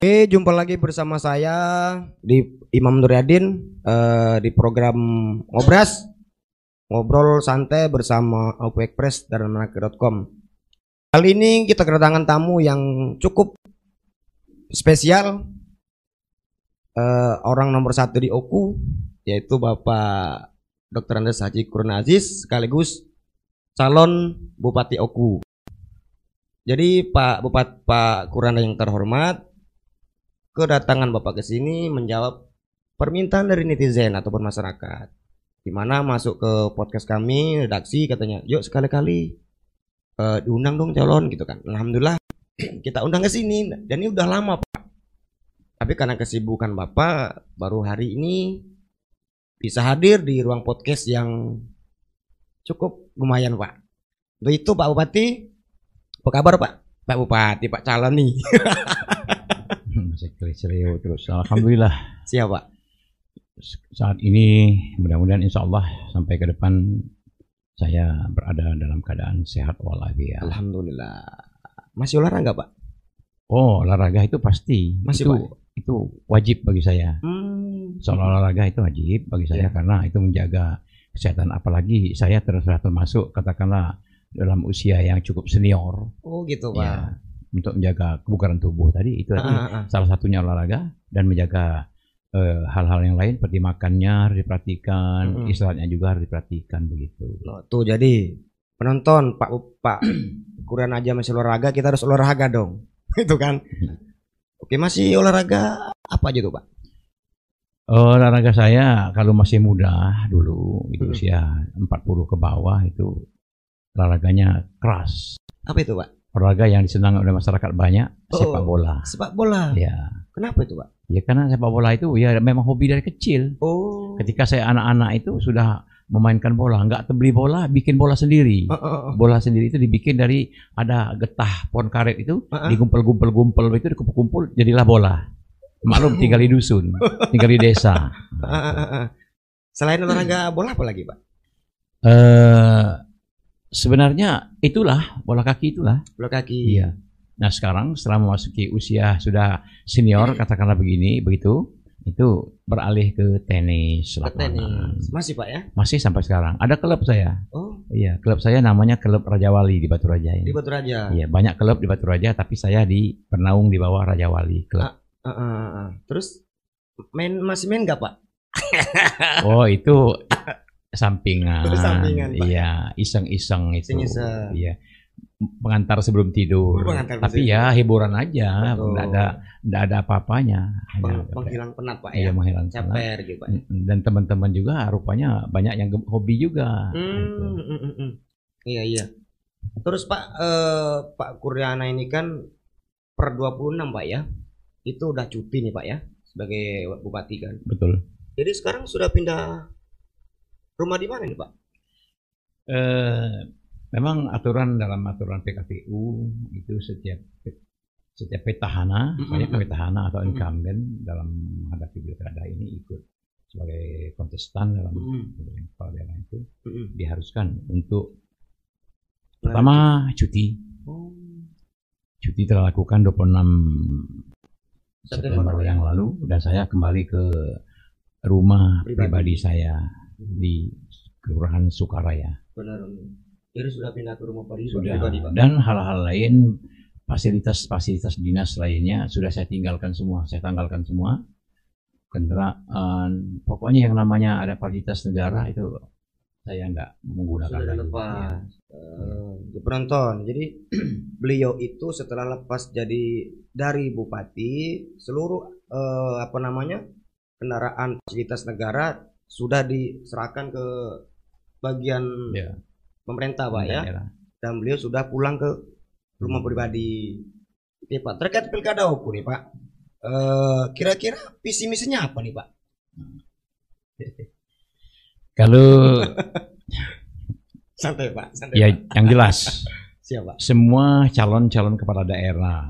Oke, jumpa lagi bersama saya di Imam Nuryadin di program Ngobras, ngobrol santai bersama Opexpress dan Manake.com. Kali ini kita kedatangan tamu yang cukup spesial, orang nomor satu di Oku, yaitu Bapak Dr. Andes Haji Kurnia Aziz, sekaligus calon Bupati Oku. Jadi Pak Kurnia yang terhormat, kedatangan Bapak ke sini menjawab permintaan dari netizen ataupun masyarakat, di mana masuk ke podcast kami redaksi katanya, yuk sekali-kali diundang dong calon gitu kan. Alhamdulillah kita undang ke sini dan ini udah lama Pak, tapi karena kesibukan Bapak baru hari ini bisa hadir di ruang podcast yang cukup lumayan Pak. Untuk itu Pak Bupati, apa kabar Pak? Pak Bupati, Pak calon nih. Masih serius terus. Alhamdulillah. Siap Pak. Saat ini mudah-mudahan insya Allah sampai ke depan saya berada dalam keadaan sehat walafiat. Alhamdulillah. Masih olahraga Pak? Oh, olahraga itu pasti. Masih itu, Pak? Itu wajib bagi saya. Soal olahraga itu wajib bagi saya karena itu menjaga kesehatan. Apalagi saya termasuk katakanlah dalam usia yang cukup senior. Oh gitu Pak. Ya, untuk menjaga kebugaran tubuh tadi itu salah satunya olahraga dan menjaga hal-hal yang lain seperti makannya harus diperhatikan, istirahatnya juga harus diperhatikan begitu. Tuh jadi penonton Pak kurang aja masih olahraga, kita harus olahraga dong. Itu kan. Oke, masih olahraga apa aja tuh Pak? Olahraga saya kalau masih muda dulu itu usia 40 ke bawah itu olahraganya keras. Apa itu Pak? Olahraga yang disenang oleh masyarakat banyak, sepak bola. Sepak bola. Ya. Kenapa itu Pak? Ya karena sepak bola itu ya memang hobi dari kecil. Oh. Ketika saya anak-anak itu sudah memainkan bola, nggak beli bola, bikin bola sendiri. Bola sendiri itu dibikin dari ada getah pohon karet itu, digumpel-gumpel itu dikumpul jadilah bola. Maklum tinggal di dusun, tinggal di desa. Selain olahraga bola apa lagi Pak? Sebenarnya itulah bola kaki itulah. Bola kaki. Iya. Nah sekarang setelah memasuki usia sudah senior katakanlah begitu, itu beralih ke tenis lapangan. Masih Pak ya? Masih sampai sekarang. Ada klub saya. Oh. Iya, klub saya namanya Klub Raja Wali di Batu Raja ini. Di Batu Raja. Iya, banyak klub di Batu Raja tapi saya bernaung di bawah Raja Wali klub. Terus masih main nggak Pak? Oh itu sampingan. Sampingan Pak. Iya, iseng-iseng itu. Iseng-iseng. Iya. Pengantar sebelum tidur. Tapi ya hiburan aja, enggak ada apa-apanya. Penghilang penat Pak ya. Iya, menghilang penat. Gitu, Pak. Dan teman-teman juga rupanya banyak yang hobi juga. Iya. Terus Pak Pak Kurnia ini kan per 26 Pak ya. Itu udah cuti nih Pak ya sebagai bupati kan. Betul. Jadi sekarang sudah pindah rumah di mana nih Pak? Memang dalam aturan PKPU itu setiap petahana, banyak petahana atau incumbent dalam menghadapi pilkada ini ikut sebagai kontestan dalam kepala daerah itu diharuskan untuk pertama cuti. Cuti telah lakukan 26 September yang lalu dan saya kembali ke rumah pribadi saya di Kelurahan Sukaraya. Benar. Jadi sudah pindah ke rumah pribadi Pak. Dan hal-hal lain, fasilitas dinas lainnya sudah saya tinggalkan semua, saya tanggalkan semua. Kendaraan, pokoknya yang namanya ada fasilitas negara itu saya nggak menggunakan. Sudah lepas. Penonton, jadi beliau itu setelah lepas dari bupati, seluruh kendaraan fasilitas negara sudah diserahkan ke bagian pemerintah Pak ya. Dan beliau sudah pulang ke rumah pribadi. Oke Pak, terkait pilkada Oku nih Pak, kira-kira visi misinya apa nih Pak? Kalau santai Pak, ya Pak. Yang jelas siapa? Semua calon-calon kepala daerah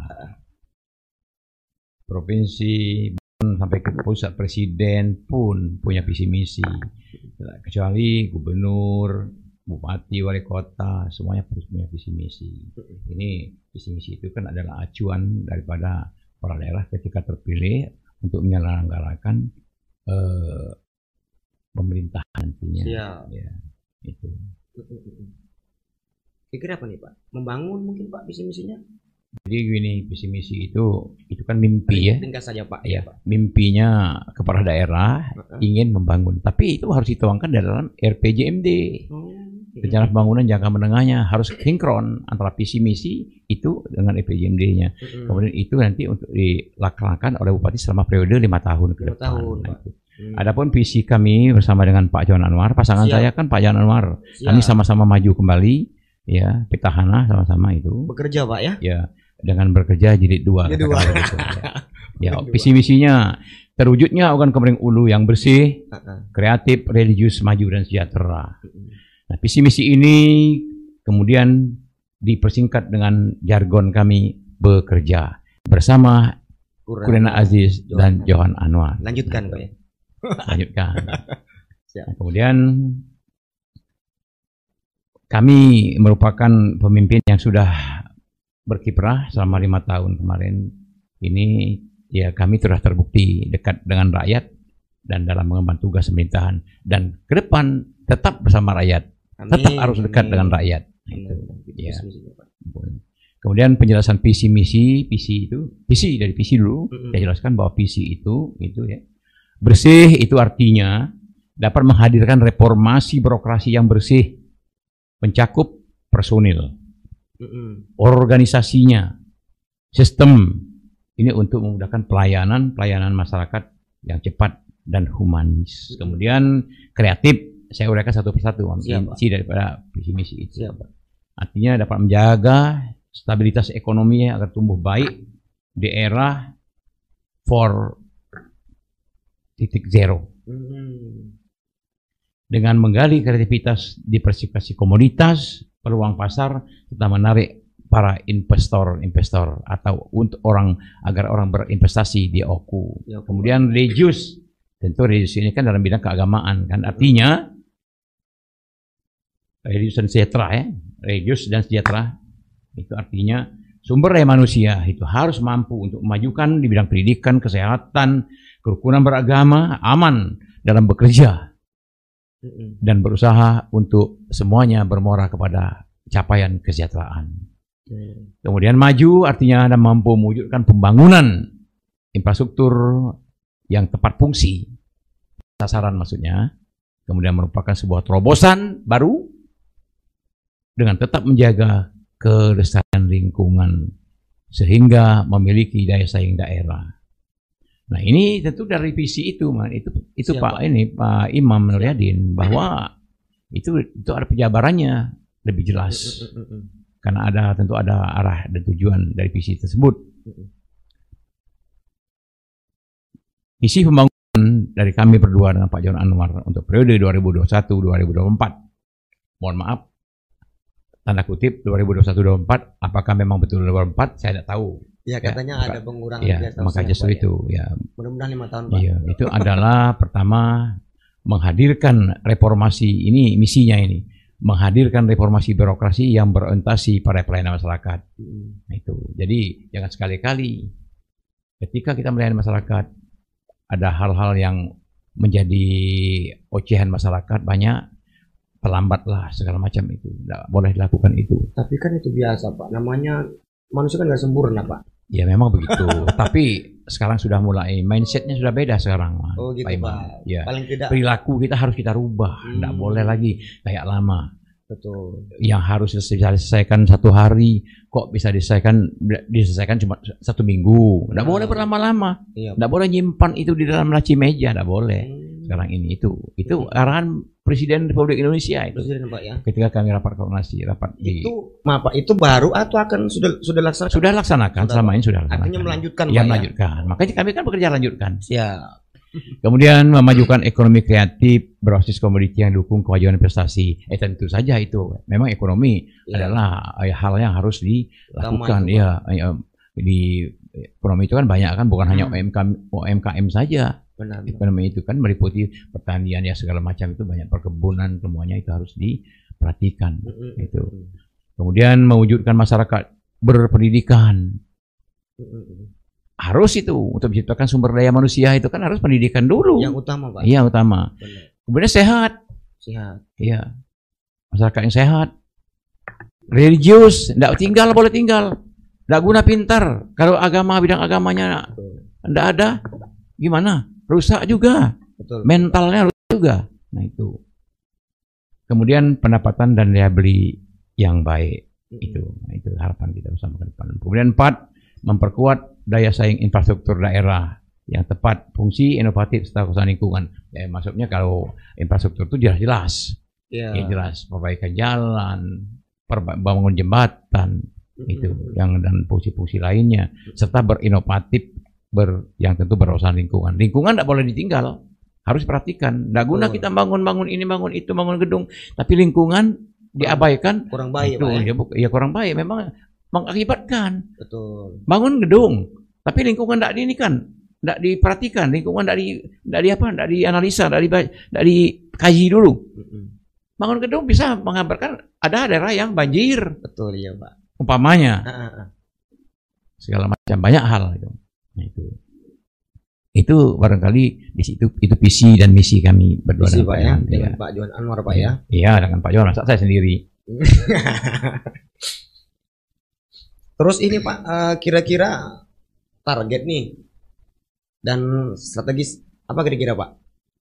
provinsi sampai ke pusat, presiden pun punya visi misi, kecuali gubernur, bupati, wali kota, semuanya harus punya visi misi. Ini visi misi itu kan adalah acuan daripada kepala daerah ketika terpilih untuk menyelenggarakan pemerintahan nantinya. Ya, itu. Kira-kira apa nih Pak? Membangun mungkin Pak visi misinya? Jadi gini, visi misi itu kan mimpi ya. Ringkas saja Pak. Ya, mimpinya kepala daerah ingin membangun, tapi itu harus dituangkan dalam RPJMD. Rencana pembangunan jangka menengahnya harus sinkron antara visi misi itu dengan RPJMD-nya. Kemudian itu nanti untuk dilaksanakan oleh Bupati selama periode 5 tahun ke depan. Adapun visi kami bersama dengan Pak Johan Anwar, pasangan saya kan Pak Johan Anwar. Kami sama-sama maju kembali, ya, petahana sama-sama itu. Bekerja Pak ya? Ya, dengan bekerja jadi dua. Ya, visi misinya terwujudnya organ Komering Ulu yang bersih, kreatif, religius, maju dan sejahtera. Nah, visi misi ini kemudian dipersingkat dengan jargon kami bekerja bersama Kurena Aziz dan Johan Anwar. Lanjutkan Pak ya. Lanjutkan. Kemudian kami merupakan pemimpin yang sudah berkiprah selama 5 tahun kemarin. Ini ya kami sudah terbukti dekat dengan rakyat dan dalam mengemban tugas pemerintahan, dan ke depan tetap bersama rakyat. Tetap harus dekat dengan rakyat. Ya. Kemudian penjelasan visi misi, visi dari visi dulu. Saya jelaskan bahwa visi itu ya. Bersih itu artinya dapat menghadirkan reformasi birokrasi yang bersih, mencakup personil, organisasinya, sistem. Ini untuk memudahkan pelayanan masyarakat yang cepat dan humanis. Kemudian kreatif. Saya uraikan satu persatu inti daripada visi misi itu. Artinya dapat menjaga stabilitas ekonomi agar tumbuh baik di era 4.0 dengan menggali kreativitas, diversifikasi komoditas, peluang pasar, serta menarik para investor atau untuk agar orang berinvestasi di OKU. Kemudian religius, tentu religius ini kan dalam bidang keagamaan kan, artinya religius dan sejahtera ya. Religius dan sejahtera itu artinya sumber daya manusia itu harus mampu untuk memajukan di bidang pendidikan, kesehatan, kerukunan beragama, aman dalam bekerja, dan berusaha untuk semuanya bermuara kepada capaian kesejahteraan. Kemudian maju artinya Anda mampu mewujudkan pembangunan infrastruktur yang tepat fungsi, sasaran maksudnya, kemudian merupakan sebuah terobosan baru dengan tetap menjaga kelestarian lingkungan sehingga memiliki daya saing daerah. Nah, ini tentu dari visi itu, itu Pak Imam Nuryadin, bahwa itu ada penjabarannya lebih jelas. Karena tentu ada arah dan tujuan dari visi tersebut. Visi pembangunan dari kami berdua dengan Pak Johan Anwar untuk periode 2021-2024. Mohon maaf, tanda kutip 2021-2024, apakah memang betul 2024? Saya tidak tahu. Ya, katanya ada pengurangan. Ya, maka justru itu ya. Mudah-mudahan 5 tahun Pak. Iya, itu adalah pertama menghadirkan reformasi ini, misinya ini. Menghadirkan reformasi birokrasi yang berorientasi pada pelayanan masyarakat. Itu. Jadi jangan sekali-kali ketika kita melayani masyarakat ada hal-hal yang menjadi ocehan masyarakat banyak, terlambatlah segala macam itu. Tidak boleh dilakukan itu. Tapi kan itu biasa Pak. Namanya manusia kan nggak sempurna Pak. Ya memang begitu. Tapi sekarang sudah mulai mindsetnya sudah beda sekarang. Oh gitu Pak. Ya. Paling tidak perilaku kita harus kita rubah. Tidak boleh lagi kayak lama. Betul. Yang harus diselesaikan 1 hari, kok bisa diselesaikan cuma 1 minggu. Tidak boleh berlama-lama. Tidak boleh nyimpan itu di dalam laci meja. Tidak boleh. Sekarang ini itu arahan Presiden Republik Indonesia itu. Presiden Pak ya. Ketika kami rapat koordinasi, Pak, itu baru atau akan sudah laksanakan? Sudah laksanakan, selama ini sudah laksanakan. Artinya melanjutkan ya, Pak. Melanjutkan. Makanya kami kan bekerja lanjutkan. Siap. Kemudian memajukan ekonomi kreatif berbasis komoditi yang didukung kemajuan investasi. Tentu saja itu. Memang ekonomi adalah hal yang harus dilakukan. Di ekonomi itu kan banyak kan, bukan hanya UMKM saja. Benar. Ekonomi itu kan meliputi pertanian ya segala macam, itu banyak perkebunan, semuanya itu harus diperhatikan. Itu. Kemudian mewujudkan masyarakat berpendidikan. harus itu untuk menciptakan sumber daya manusia itu kan harus pendidikan dulu. Yang utama, Pak. Iya, utama. Benar. Kemudian sehat. Sehat. Iya. Masyarakat yang sehat. Religius, enggak tinggal boleh tinggal. Enggak guna pintar. Kalau agama, bidang agamanya enggak ada, gimana? Rusak juga. Betul. Mentalnya rusak juga. Nah itu. Kemudian pendapatan dan daya beli yang baik. Nah, itu harapan kita bersama ke depan. Kemudian 4, memperkuat daya saing infrastruktur daerah yang tepat, fungsi, inovatif, serta kesan lingkungan. Ya, maksudnya kalau infrastruktur itu jelas-jelas. Ya, jelas. Perbaikan jalan, bangun jembatan, itu yang dan fungsi-fungsi lainnya, serta berinovatif, yang tentu berurusan lingkungan. Lingkungan tidak boleh ditinggal, harus perhatikan. Tidak guna kita bangun ini, bangun itu, bangun gedung, tapi lingkungan diabaikan, kurang baik, itu, ya kurang baik, memang mengakibatkan. Betul. Bangun gedung, tapi lingkungan tidak tidak diperhatikan, lingkungan tidak dianalisa, tidak dikaji dulu. Bangun gedung bisa mengabarkan ada daerah yang banjir. Betul, iya, Pak. Umpamanya, segala macam banyak hal itu. Nah, itu barangkali di situ itu visi dan misi kami berdua visi, Pak, ya, dengan Pak Johan Anwar, Pak, ya. Iya, dengan Pak Johan, masa saya sendiri. Terus ini, Pak, kira-kira target nih dan strategis apa kira-kira, Pak?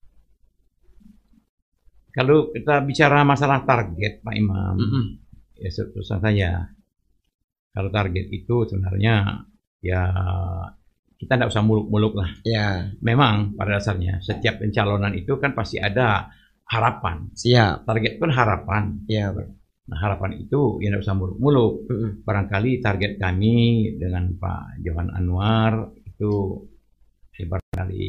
Kalau kita bicara masalah target, Pak Imam, ya susah saja. Kalau target itu sebenarnya ya kita tidak usah muluk-muluk lah. Ya. Memang pada dasarnya setiap pencalonan itu kan pasti ada harapan. Siap. Target pun harapan. Iya. Nah, harapan itu ya tidak usah muluk-muluk. Barangkali target kami dengan Pak Johan Anwar itu ya barangkali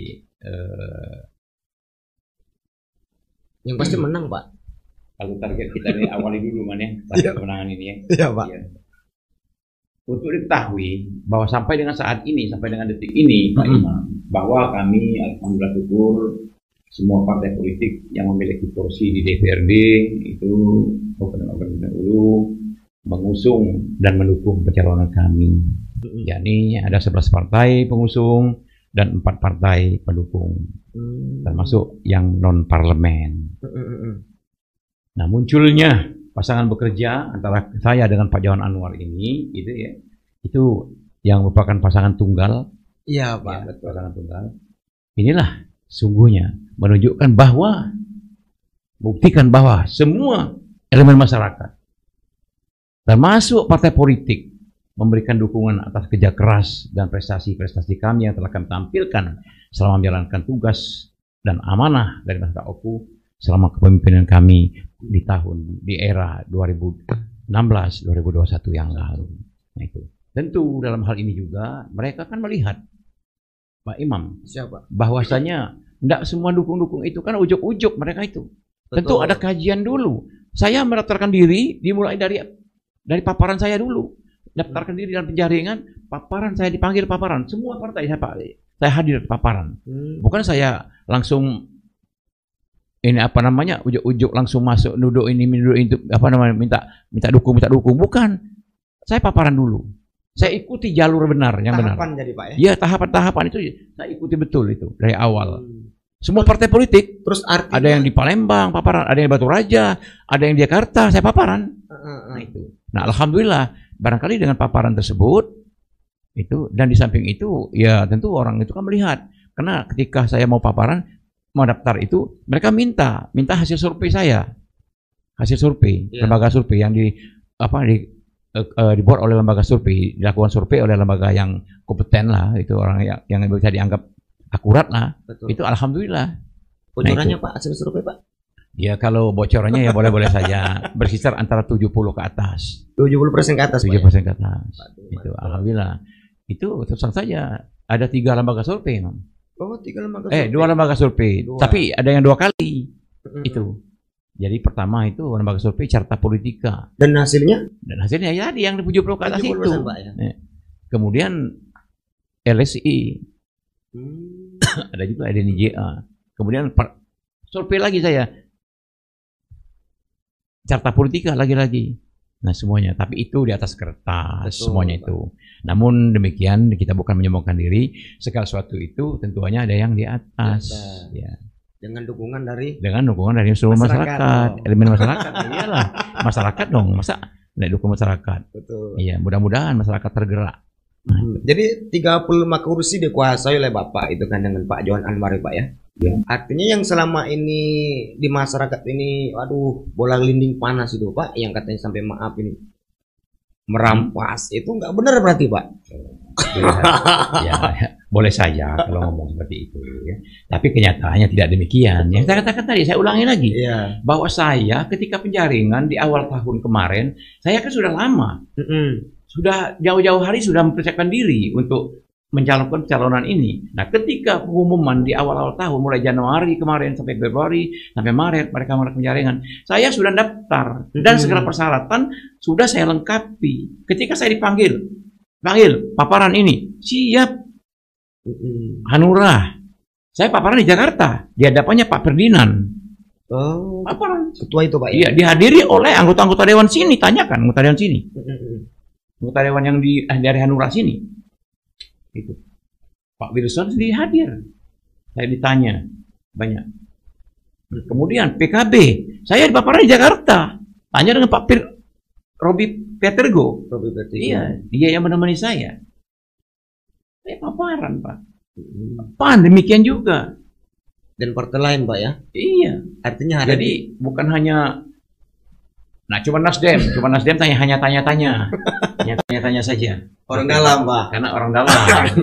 yang pasti menang, Pak. Kalau target kita ini awali dulu mana ya, kemenangan ini ya. Iya, Pak. Ya. Untuk diketahui bahwa sampai dengan saat ini, sampai dengan detik ini, Pak Imam, bahwa kami alhamdulillah syukur semua partai politik yang memiliki kursi di DPRD itu Kabupaten Ulu mengusung dan mendukung pencalonan kami. Yakni ada 11 partai pengusung dan 4 partai pendukung, termasuk yang non parlemen. Nah, munculnya pasangan bekerja antara saya dengan Pak Johan Anwar ini, gitu ya, itu yang merupakan pasangan tunggal. Iya, Pak. Ya, pasangan tunggal. Inilah sungguhnya menunjukkan bahwa, buktikan bahwa semua elemen masyarakat, termasuk partai politik, memberikan dukungan atas kerja keras dan prestasi-prestasi kami yang telah kami tampilkan selama menjalankan tugas dan amanah dari masyarakat Oku selama kepemimpinan kami di era 2016-2021 yang lalu. Nah, itu. Tentu dalam hal ini juga mereka kan melihat, Pak Imam, bahwasanya tidak semua dukung-dukung itu kan ujuk-ujuk mereka itu. Betul. Tentu ada kajian dulu. Saya mendaftarkan diri dimulai dari paparan saya dulu. Daftarkan diri dalam penjaringan, paparan saya dipanggil paparan. Semua partai saya hadir paparan. Bukan saya langsung ini ujuk-ujuk langsung masuk duduk ini itu minta dukung, bukan. Saya paparan dulu. Saya ikuti jalur benar yang benar. Tahapan jadi, Pak, ya. Iya, tahapan-tahapan itu saya ikuti betul itu dari awal. Semua partai politik. Terus artinya ada yang di Palembang paparan, ada yang di Batu Raja, ada yang di Jakarta, saya paparan. Nah, itu. Nah, alhamdulillah barangkali dengan paparan tersebut itu, dan di samping itu ya tentu orang itu kan melihat, karena ketika saya mau paparan mau daftar itu mereka minta hasil survei saya, hasil survei lembaga survei yang dibuat oleh lembaga survei, dilakukan survei oleh lembaga yang kompeten lah, itu orang yang bisa dianggap akurat lah. Betul. Itu alhamdulillah. Bocorannya, Pak, hasil survei, Pak? Ya kalau bocorannya ya boleh-boleh saja, berkisar antara 70 ke atas. 70% ke atas, 70% ke atas. Itu alhamdulillah. Itu terus saja ada 3 lembaga survei, Mam. Oh, 3 lembaga survei. 2 lembaga survei. Tapi ada yang 2 kali. Itu. Jadi pertama itu lembaga survei Carta Politika. Dan hasilnya? Dan hasilnya ya yang 70 ke atas itu. Pak, ya? Kemudian LSI. Ada juga NIJA. Kemudian survei lagi saya. Carta Politika lagi-lagi. Nah semuanya, tapi itu di atas kertas. Betul, semuanya Pak. itu. Namun demikian kita bukan menyombongkan diri. Segala sesuatu itu tentunya ada yang di atas. Ya. Dengan dukungan dari seluruh masyarakat, masyarakat, dong. elemen masyarakat. Iyalah, masyarakat dong. Masa nggak dukung masyarakat? Betul. Iya, mudah-mudahan masyarakat tergerak. Jadi 35 kursi dikuasai oleh Bapak itu kan dengan Pak Johan Anwar Pak ya. Ya. Artinya yang selama ini di masyarakat ini, waduh, bola gelinding panas itu Pak, yang katanya sampai maaf ini merampas, itu nggak benar berarti Pak? Ya, boleh saja kalau ngomong seperti itu. Ya. Tapi kenyataannya tidak demikian. Yang saya katakan tadi, saya ulangi lagi, bahwa saya ketika penjaringan di awal tahun kemarin, saya kan sudah lama, sudah jauh-jauh hari sudah mempersiapkan diri untuk mencalonkan pencalonan ini. Nah, ketika pengumuman di awal-awal tahun, mulai Januari kemarin sampai Februari sampai Maret, mereka melakukan penjaringan, saya sudah daftar dan segala persyaratan sudah saya lengkapi. Ketika saya panggil paparan ini, siap. Hanura, saya paparan di Jakarta, di hadapannya Pak Ferdinand. Oh, paparan ketua itu Pak ya? Iya, dihadiri oleh anggota-anggota dewan sini, tanyakan anggota dewan sini. Anggota dewan yang dari Hanura sini. Itu Pak Wilson sendiri hadir, saya ditanya banyak. Kemudian PKB, saya di paparan di Jakarta, tanya dengan Pak Robi Petergo. Iya, dia yang menemani saya paparan Pak. PAN demikian juga, dan partai lain Pak ya. Iya, artinya jadi bukan hanya cuma Nasdem hanya tanya-tanya saja. Orang dalam Pak. Karena orang dalam.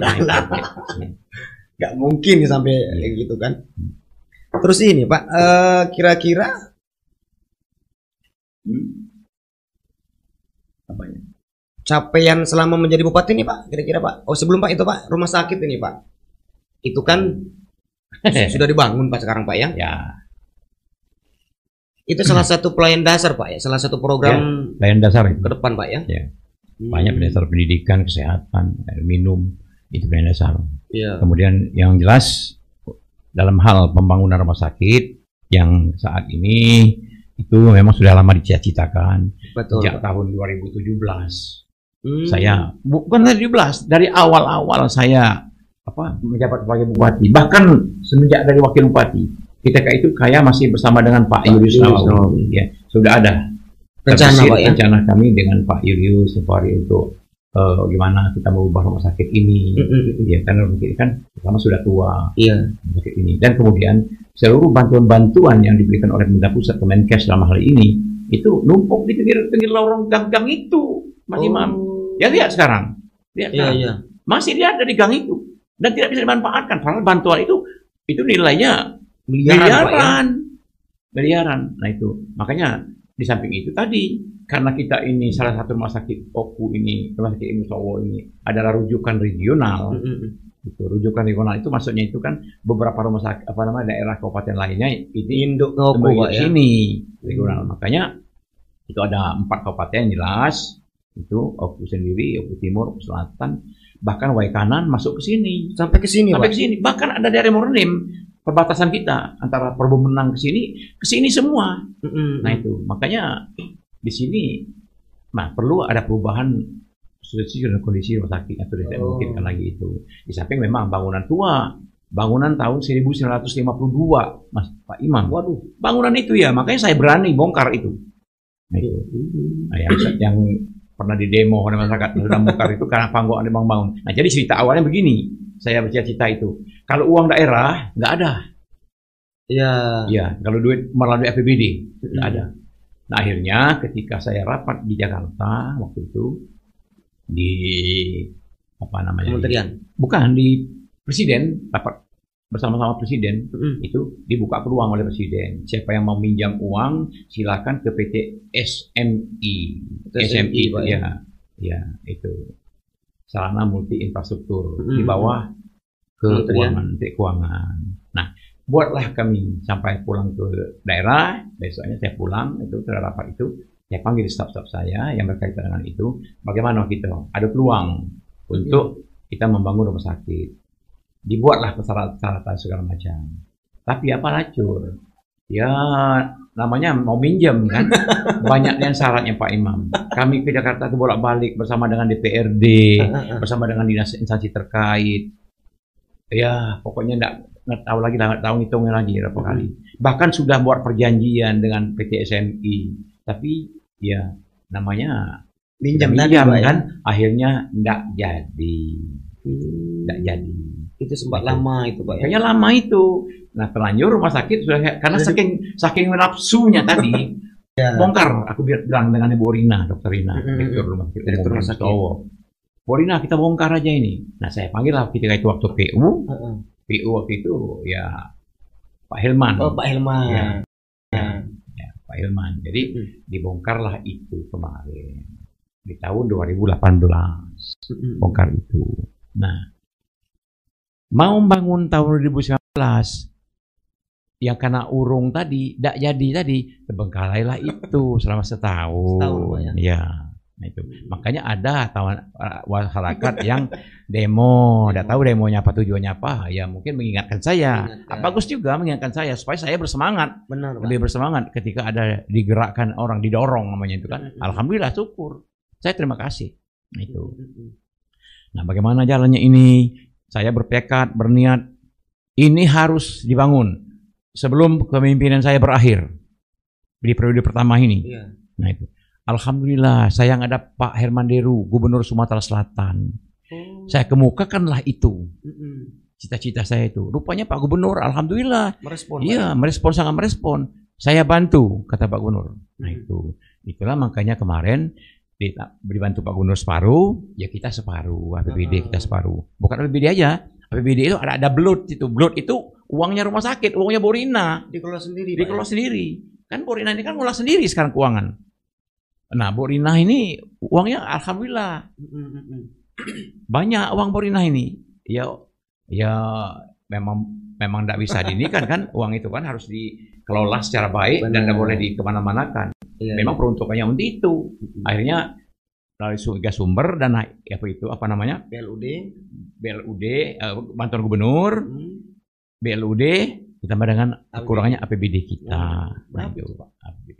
Nggak mungkin sampai gitu kan. Terus ini Pak, kira-kira apanya? Capaian selama menjadi bupati ini Pak, kira-kira Pak. Oh sebelum Pak itu Pak, rumah sakit ini Pak. Itu kan sudah dibangun Pak sekarang Pak ya. Ya. Itu salah satu pelayan dasar Pak ya, salah satu program pelayan dasar itu ke depan Pak ya. Ya. Banyak dasar pendidikan, kesehatan, air minum, itu pelayan dasar. Ya. Kemudian yang jelas dalam hal pembangunan rumah sakit yang saat ini itu memang sudah lama dicita-citakan. Betul. Sejak tahun 2017. Saya bukan 2017, dari awal-awal saya menjabat sebagai bupati, bahkan semenjak dari wakil bupati. Ketika itu saya masih bersama dengan Pak Julius Nawawi. Ya, sudah ada rencana kami dengan Pak Julius Nawawi untuk gimana kita mengubah rumah sakit ini. Ya, karena rumah sakit kan pertama sudah tua. Iya. Rumah sakit ini. Dan kemudian seluruh bantuan-bantuan yang diberikan oleh Pemerintah Pusat Kemenkes dalam hal ini itu numpuk di pinggir lorong gang-gang itu, Mas Imam. Ya lihat sekarang. Iya. Masih dia ada di gang itu dan tidak bisa dimanfaatkan karena bantuan itu nilainya miliaran. Nah itu makanya di samping itu tadi karena kita ini salah satu rumah sakit OKU ini, rumah sakit Ibnu Sowo ini adalah rujukan regional. Itu rujukan regional itu maksudnya itu kan beberapa rumah sakit daerah kabupaten lainnya ini induk OKU Pak ya. Sini regional. Makanya itu ada 4 kabupaten jelas itu OKU sendiri, OKU Timur, OKU Selatan, bahkan Waikanan masuk ke sini. Sampai ke sini. Bahkan ada daerah Morenim, perbatasan kita antara Perbumenang ke sini semua. Nah itu makanya di sini perlu ada perubahan kondisi rumah sakit atau tidak memungkinkan lagi itu. Di samping memang bangunan tua, bangunan tahun 1952 Mas Pak Imam. Waduh, bangunan itu ya, makanya saya berani bongkar itu. Nah, itu. Nah, yang pernah di demo oleh masyarakat sudah bongkar itu karena panggung ada bangun. Nah, jadi cerita awalnya begini. Saya bercita-cita itu. Kalau uang daerah nggak ada. Iya, kalau duit melalui APBD nggak ada. Nah, akhirnya ketika saya rapat di Jakarta waktu itu di Kementerian. Bukan di Presiden, rapat bersama-sama Presiden itu dibuka peluang oleh Presiden. Siapa yang mau minjam uang silakan ke PT SMI. SMI Pak, ya itu sarana multi infrastruktur di bawah keuangan. Nah, buatlah kami sampai pulang ke daerah, besoknya saya pulang itu ke rapat itu, saya panggil staf-staf saya yang berkaitan dengan itu, bagaimana kita ada peluang untuk kita membangun rumah sakit. Dibuatlah persyaratan segala macam. Tapi apa lacur? Ya, namanya mau minjem kan. Banyak yang syaratnya Pak Imam. Kami ke Jakarta itu bolak-balik bersama dengan DPRD, bersama dengan dinas instansi terkait. Ya, pokoknya nggak tahu lagi, nggak tahu hitungnya lagi berapa kali. Bahkan sudah buat perjanjian dengan PT SMI. Tapi ya namanya Minjam kan, akhirnya nggak jadi. Nggak jadi. Itu sempat lama itu Pak ya? Kayaknya lama itu. Nah terlanjur rumah sakit sudah karena saking nafsunya tadi bongkar. Aku bilang dengan Ibu Rina, Dokter Rina, direktur rumah sakit Towo. Bu Rina, kita bongkar aja ini. Nah saya panggil lah ketika itu waktu PU. PU waktu itu ya Pak Hilman. Oh Pak Hilman. Ya, Pak Hilman. Jadi dibongkarlah itu kemarin di tahun 2018. Bongkar itu. Nah, mau bangun tahun 2019 yang karena urung tadi, tidak jadi tadi, terbengkalailah itu selama setahun. Ya, nah itu. Makanya ada masyarakat yang demo, tidak tahu demonya apa, tujuannya apa, ya mungkin mengingatkan saya. Bagus juga mengingatkan saya supaya saya bersemangat. Benar, lebih bersemangat ketika ada digerakkan orang, didorong namanya itu kan. Alhamdulillah, syukur. Saya terima kasih. Nah itu. Nah, bagaimana jalannya ini? Saya bertekad, berniat, ini harus dibangun sebelum kepemimpinan saya berakhir di periode pertama ini. Nah itu. Alhamdulillah, saya ada Pak Herman Deru, Gubernur Sumatera Selatan. Saya kemukakanlah itu. Cita-cita saya itu. Rupanya Pak Gubernur, alhamdulillah. Merespon. Iya, merespon, sangat merespon. Saya bantu, kata Pak Gubernur. Nah itu. Itulah makanya kemarin dibantu Pak Gubernur separuh, ya kita separuh, APBD kita separuh. Bukan APBD aja, APBD itu ada blood itu. Blood itu uangnya rumah sakit, uangnya Bu Rina. Dikelola sendiri. Dikelola sendiri. Kan Bu Rina ini kan ngolah sendiri sekarang keuangan. Nah, Bu Rina ini uangnya alhamdulillah. Banyak uang Bu Rina ini. Ya memang tidak bisa dinikan kan, uang itu kan harus dikelola secara baik. Dan tidak boleh dikemana-manakan. Memang peruntukannya untuk itu. Akhirnya melalui sumber dan apa namanya? BLUD, bantuan gubernur, BLUD ditambah dengan kekurangannya APBD kita. Nah itu Pak,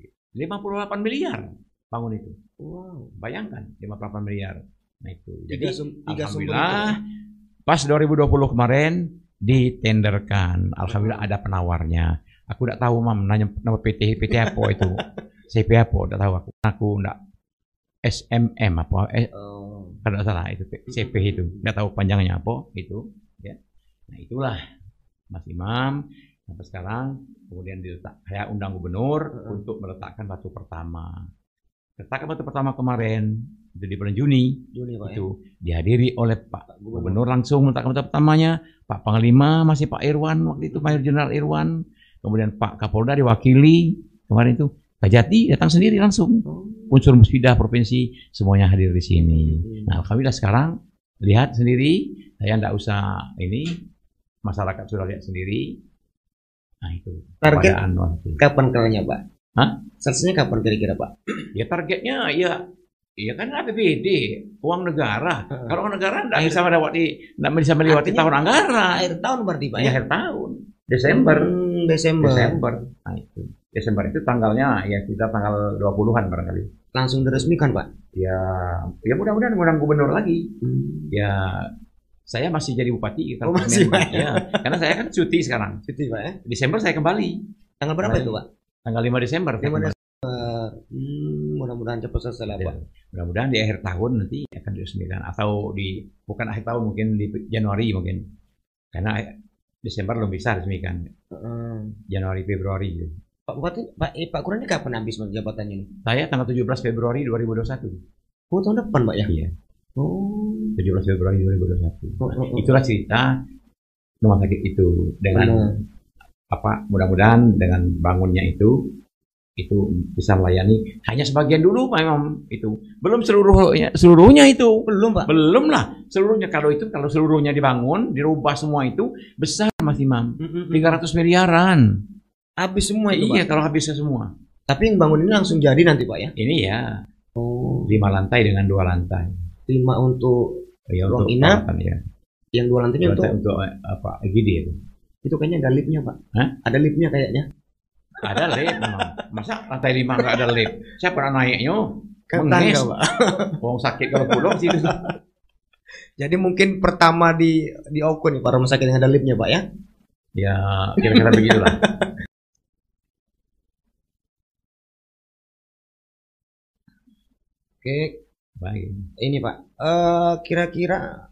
58 miliar bangun itu. Wow, bayangkan 58 miliar. Nah itu. Jadi alhamdulillah pas 2020 kemarin ditenderkan. Alhamdulillah ada penawarnya. Aku tidak tahu nanya nama PT apa itu. CP apa, tidak tahu aku enggak SMM apa, kalau tidak salah itu CP itu, tidak tahu panjangnya apa itu, ya. Nah itulah Mas Imam sampai sekarang, kemudian saya undang gubernur untuk meletakkan batu pertama. Letakkan batu pertama kemarin itu di bulan Juni itu dihadiri oleh Pak Gubernur langsung meletakkan batu pertamanya, Pak Panglima masih Pak Irwan waktu itu, Mayor Jenderal Irwan, kemudian Pak Kapolda diwakili kemarin itu. Kajati datang sendiri langsung. Unsur Musbidah provinsi semuanya hadir di sini. Nah, alhamdulillah sekarang lihat sendiri, saya tidak usah ini, masyarakat sudah lihat sendiri. Nah itu. Target kapan kelanya Pak? Selesainya kapan kira-kira Pak? Ya targetnya ya kan APBD, uang negara. Kalau uang negara tidak bisa melewati tahun anggaran. Akhir tahun berarti Pak ya? Akhir tahun. Desember. Nah itu. Desember itu tanggalnya ya kita tanggal 20-an barangkali. Langsung diresmikan Pak? Ya mudah-mudahan ngundang gubernur lagi. Ya saya masih jadi bupati. Masih Pak? Ya, karena saya kan cuti sekarang. Cuti Pak ya? Desember saya kembali. Tanggal berapa itu Pak? Tanggal 5 Desember. 5 Desember. Mudah-mudahan cepat selesai lah Pak. Mudah-mudahan di akhir tahun nanti akan diresmikan atau bukan akhir tahun, mungkin di Januari mungkin. Karena Desember belum bisa resmikan. Januari Februari gitu. Pak Bupati, Pak Kuran ini kapan habis jabatannya ini? Saya tanggal 17 Februari 2021. Oh, tahun depan Pak ya? Iya. 17 Februari 2021. Itulah cerita rumah sakit itu dengan mudah-mudahan dengan bangunnya itu bisa melayani hanya sebagian dulu Pak Imam itu. Belum seluruhnya itu. Belum Pak. Belum lah seluruhnya. Kalau seluruhnya dibangun, dirubah semua itu besar Mas Imam. 300 miliaran. Habis semua itu Iya Pak? Kalau habisnya semua. Tapi yang bangun ini langsung jadi nanti Pak ya? Ini ya 5 lantai dengan 2 lantai. 5 untuk ruang inap ya. Yang 2 lantainya untuk apa? IGD itu. Itu kayaknya ada liftnya Pak. Hah? Ada liftnya kayaknya. Ada lift memang. Masa lantai 5 nggak ada lift? Saya pernah naiknya. Kan Menges. tangga, Pak. Wong sakit kalau pulang sih. Jadi mungkin pertama di Oku nih, Pak, rumah sakit yang ada liftnya, Pak ya? Ya, kira-kira begitulah. Oke, Baik. ini Pak. Kira-kira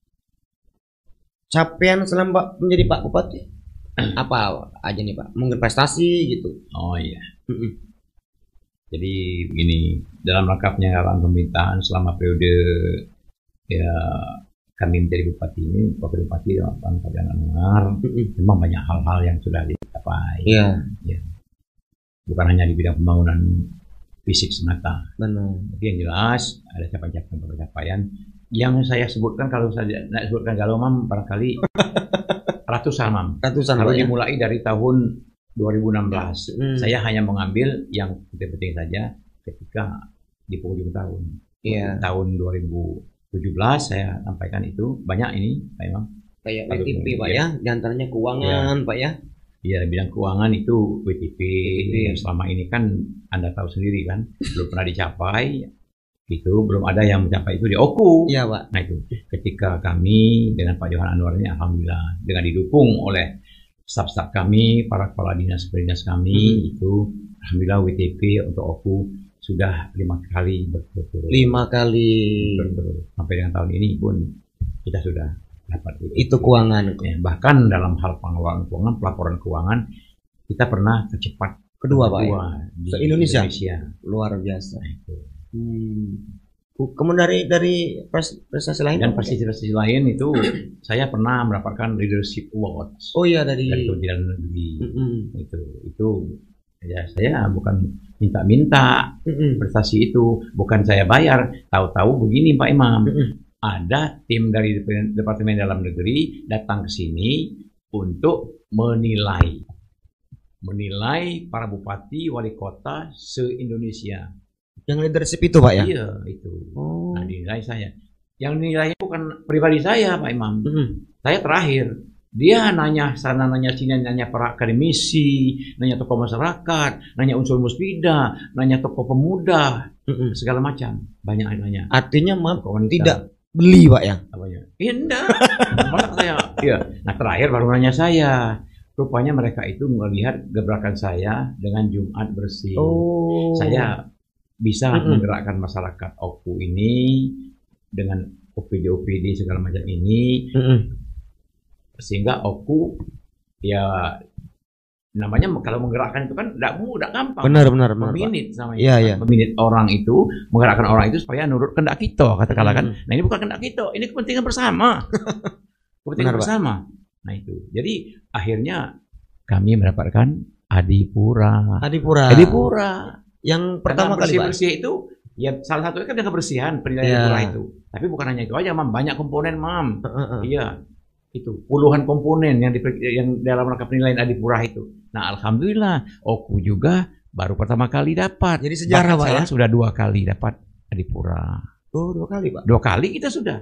capaian selama Pak menjadi Pak Bupati apa aja nih Pak? Mungkin prestasi gitu. Oh iya. Mm-mm. Jadi begini, dalam rangka penyelenggaraan pemerintahan selama periode ya kami menjadi bupati ini, wakil bupati Pak Fabian Anwar, memang banyak hal-hal yang sudah dicapai. Iya. Ya. Bukan hanya di bidang pembangunan fisik semata. Benar. Tapi yang jelas ada capaian-capaian yang saya sebutkan, kalau saya tidak sebutkan galau mam barangkali ratusan mam. Ratusan Kalau Pak ya? dimulai dari tahun 2016. Saya hanya mengambil yang penting-penting saja ketika di penghujung tahun. Iya. Tahun 2017 saya sampaikan itu banyak ini Pak Imam. Kayak Lalu WTP Pak ya. ya, diantaranya keuangan Pak ya. Iya, bidang keuangan itu WTP yang selama ini kan Anda tahu sendiri kan belum pernah dicapai. Itu belum ada yang mencapai itu di Oku. Iya Pak. Nah itu ketika kami dengan Pak Johan Anwar ini alhamdulillah dengan didukung oleh staf-staf kami, para kepala dinas kami itu alhamdulillah WTP untuk Oku sudah 5 kali berturut-turut. 5 kali. Berturut-turut. Sampai dengan tahun ini pun kita sudah dapat Itu keuangan. Ya, bahkan dalam hal pengelolaan keuangan, pelaporan keuangan kita pernah tercepat Kedua Pak ya? di Indonesia. Luar biasa. Nah, itu. Kemudian dari prestasi lain Dan apa, Pak? prestasi lain itu saya pernah mendapatkan leadership awards Oh iya dari Kementerian Negeri. Itu ya saya bukan minta-minta prestasi itu, bukan saya bayar. Tahu-tahu begini Pak Imam, ada tim dari Departemen Dalam Negeri datang ke sini untuk menilai para bupati, wali kota se-Indonesia. Yang leadership itu Pak ya? Iya, itu. Oh. Nah, dinilai saya. Yang nilainya bukan pribadi saya, Pak Imam. Saya terakhir. Dia nanya sana, nanya sini, nanya para akademisi, nanya tokoh masyarakat, nanya unsur musbida, nanya tokoh pemuda, segala macam. Banyak nanya. Artinya maaf, tidak beli Pak ya? Apanya? Iya, enggak. Malah saya. Iya. Nah, terakhir baru nanya saya. Rupanya mereka itu melihat gebrakan saya dengan Jumat bersih. Oh. Saya bisa menggerakkan masyarakat Oku ini dengan OPD segala macam ini, sehingga Oku ya namanya kalau menggerakkan itu kan tidak mudah, gampang. Benar. Meminit namanya. Iya. Meminit orang itu, menggerakkan orang itu supaya nurut kehendak kita, katakanlah kan. Nah ini bukan kehendak kita, ini kepentingan bersama. Kepentingan bersama. Nah itu. Jadi akhirnya kami mendapatkan Adipura. Yang pertama kali bersih itu ya salah satunya kan kebersihan penilaian Adipura itu. Tapi bukan hanya itu aja Mam, banyak komponen Mam. Iya. Itu puluhan komponen yang dalam rangka penilaian Adipura itu. Nah, alhamdulillah Oku juga baru pertama kali dapat. Jadi sejarah Pak ya? Sudah 2 kali dapat Adipura. Oh, 2 kali Pak. 2 kali kita sudah.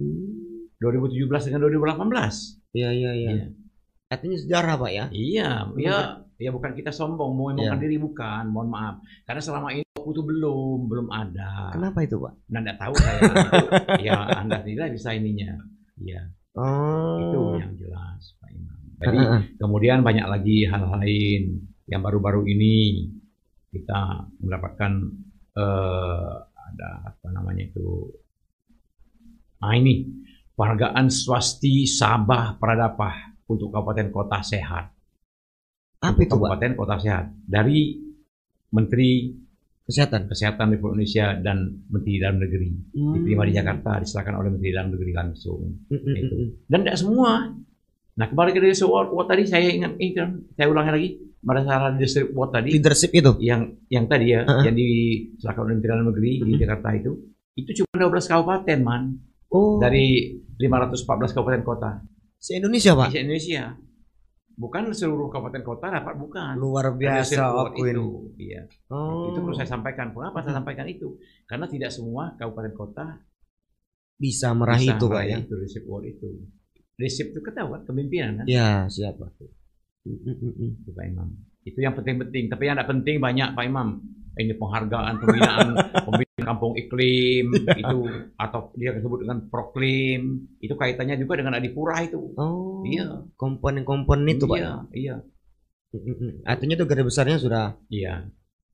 2017 dengan 2018. Iya. Artinya sejarah Pak ya? Iya. Ya bukan kita sombong, mau ngomongkan diri bukan, mohon maaf. Karena selama ini Oku itu belum ada. Kenapa itu Pak? Nah, enggak tahu saya. Ya Anda tidak bisa ininya. Iya. Itu yang jelas Pak Imam. Jadi kemudian banyak lagi hal lain yang baru-baru ini kita mendapatkan ada apa namanya itu. Nah ini penghargaan Swasti Sabah Pradapah untuk Kabupaten Kota Sehat. Apa itu Pak? Kabupaten Kota Sehat dari Menteri Kesehatan Republik Indonesia dan Menteri Dalam Negeri. Diterima di Jakarta, diserahkan oleh Menteri Dalam Negeri langsung. Itu. Dan tidak semua. Nah kembali ke leadership award tadi saya ingat ini kan, saya ulangi lagi pada saat leadership award tadi. Leadership itu yang tadi ya, yang diserahkan oleh Menteri Dalam Negeri di Jakarta itu cuma 12 kabupaten man. Dari 514 kabupaten kota. Se-Indonesia Pak? Se-Indonesia. Bukan seluruh kabupaten kota dapat, bukan. Luar biasa itu. Iya. Itu perlu saya sampaikan. Mengapa saya sampaikan itu? Karena tidak semua kabupaten kota bisa meraih itu Pak ya. Itu leadership award itu. Leadership itu ketahuan kepemimpinan kan? Ya, siapa? Itu Pak Imam. Itu yang penting-penting. Tapi yang tidak penting banyak Pak Imam. Ini penghargaan pembinaan kampung iklim itu, atau dia disebut dengan proklim. Itu kaitannya juga dengan Adipura itu. Oh. Iya. Komponen-komponen itu Pak. Iya. Iya. Artinya itu garis besarnya sudah. Iya.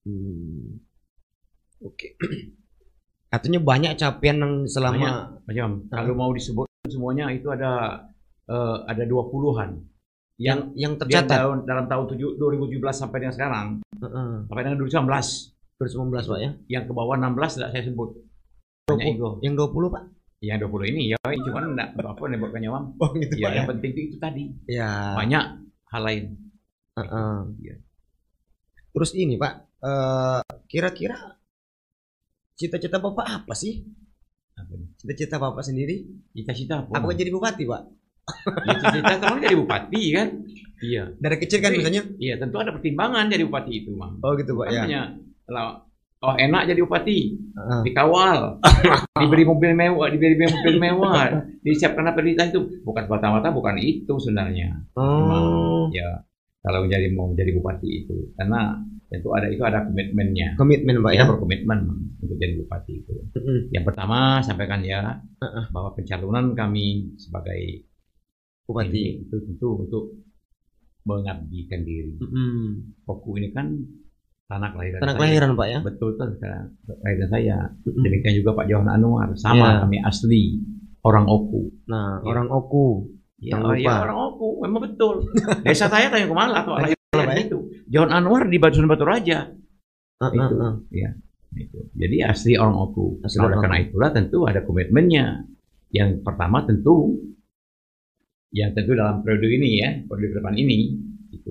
Oke. Artinya banyak capaian yang selama. Macam kalau mau disebut semuanya itu ada 20-an. Yang tercatat dalam tahun 2017 sampai dengan sekarang, sampai dengan 2019 Pak ya. Yang ke bawah 16 tidak saya sebut. 20, yang 20 Pak? Yang 20 ini ya, cuma enggak apa nebakkan nyawang. Oh gitu ya, Pak. Yang penting itu tadi. Ya. Banyak hal lain. Ya. Terus ini Pak, kira-kira cita-cita Bapak apa sih? Cita-cita Bapak sendiri? Cita-cita apa? Apa jadi bupati Pak? Ya, cita-cita teman jadi bupati kan? Iya. Dari kecil kan misalnya? Iya, tentu ada pertimbangan jadi bupati itu, Mang. Oh gitu Pak. Ya. Oh enak jadi bupati, dikawal, diberi mobil mewah, disiapkan apa itu, bukan semata-mata bukan itu sebenarnya. Ya kalau mau jadi bupati itu, karena tentu ada komitmennya. Komitmen Pak ya. Berkomitmen untuk jadi bupati itu. Yang pertama sampaikan ya bahwa pencalonan kami sebagai bupati itu tentu untuk mengabdikan diri. Oku ini kan tanah kelahiran Pak ya. Betul tuh kelahiran saya. Demikian juga Pak Johan Anwar, sama kami asli orang Oku. Nah, orang Oku. Ya, orang Oku, memang betul. Desa saya tanya kemana atau lahirnya itu. Johan Anwar di Batu Raja. Itu. Ya, itu. Jadi asli orang Oku. Karena itulah tentu ada komitmennya. Yang pertama tentu dalam periode ini ya, periode depan ini itu.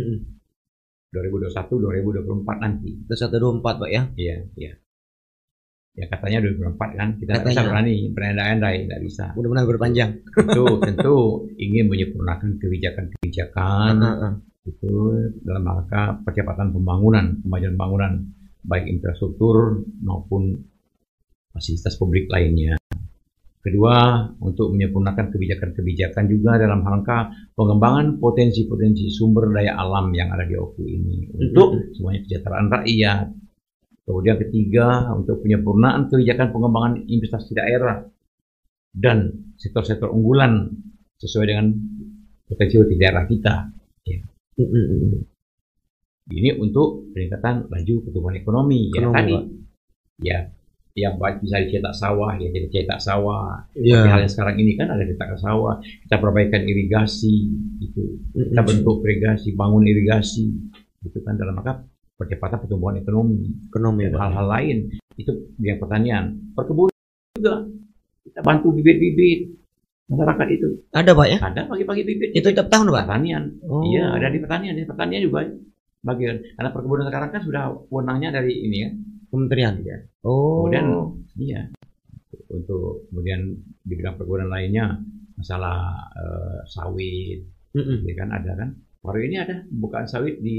2021-2024 nanti. 2024 Pak ya? Iya. Ya katanya 2024 kan, kita tidak bisa berandai-andai, tidak bisa. Mudah-mudahan berpanjang. Tentu ingin menyempurnakan kebijakan-kebijakan itu dalam rangka percepatan kemajuan pembangunan baik infrastruktur maupun fasilitas publik lainnya. Kedua, untuk menyempurnakan kebijakan-kebijakan juga dalam rangka pengembangan potensi-potensi sumber daya alam yang ada di Oku ini untuk semuanya kesejahteraan rakyat. Kemudian ketiga, untuk penyempurnaan kebijakan pengembangan investasi daerah dan sektor-sektor unggulan sesuai dengan potensi daerah kita. Ya. Ini untuk peningkatan laju pertumbuhan ekonomi. Ya tadi, ya yang bisa dicetak sawah, ya jadi cetak sawah. Seperti hal yang sekarang ini kan ada cetak sawah. Kita perbaikan irigasi, gitu. Kita bentuk irigasi, bangun irigasi, itu kan dalam rangka percepatan pertumbuhan ekonomi dan hal-hal lain. Itu yang pertanian, perkebunan juga kita bantu bibit-bibit masyarakat itu. Ada Pak ya? Ada pagi-pagi bibit. Itu tiap tahun Pak? Pertanian. Iya, ada di pertanian. Di pertanian juga bagian. Karena perkebunan sekarang kan sudah wewenangnya dari ini ya. Kementerian. Ya. Kemudian iya. Untuk kemudian di bidang perkebunan lainnya masalah sawit, ya kan ada kan. Baru ini ada bukaan sawit di